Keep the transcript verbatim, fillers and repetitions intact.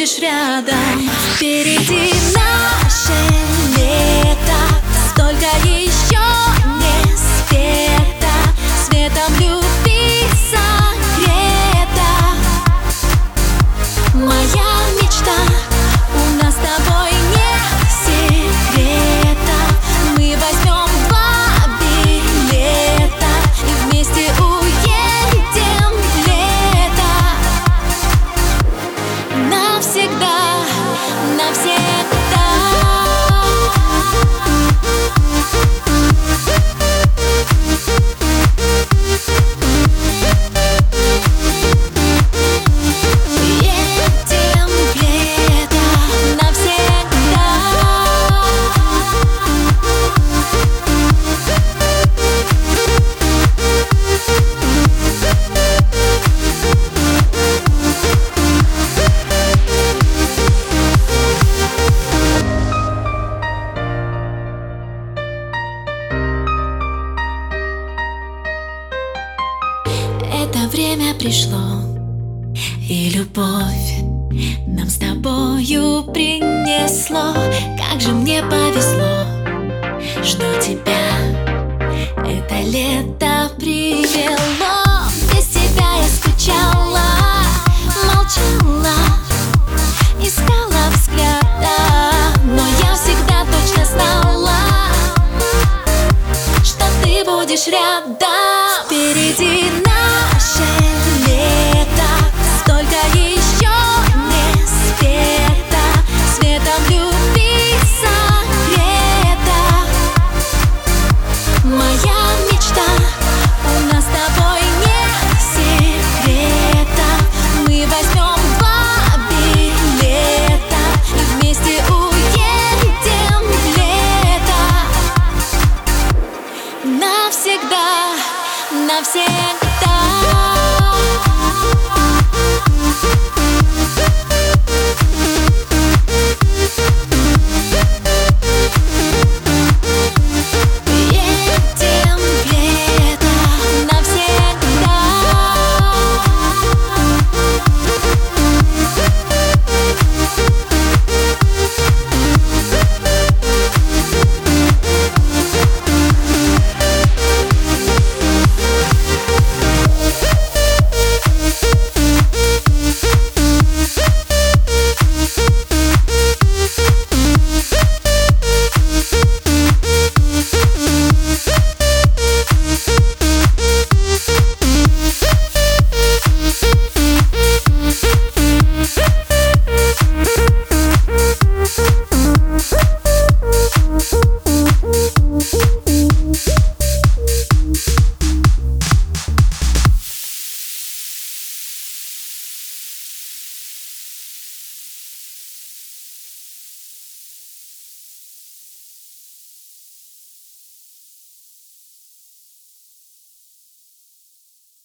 будешь рядом. Впереди наше лето, столько еще не спето, светом любви согрето. Моя мечта, у нас с тобой нет секрета. Мы возьмем два билета и вместе уедем в лето. Навсегда, навсегда. Едем в лето навсегда. Это время пришло, и любовь нам с тобою принесло. Как же мне повезло, что тебя это лето привело. Без тебя я скучала, молчала, искала взгляда, но я всегда точно знала, что ты будешь рядом.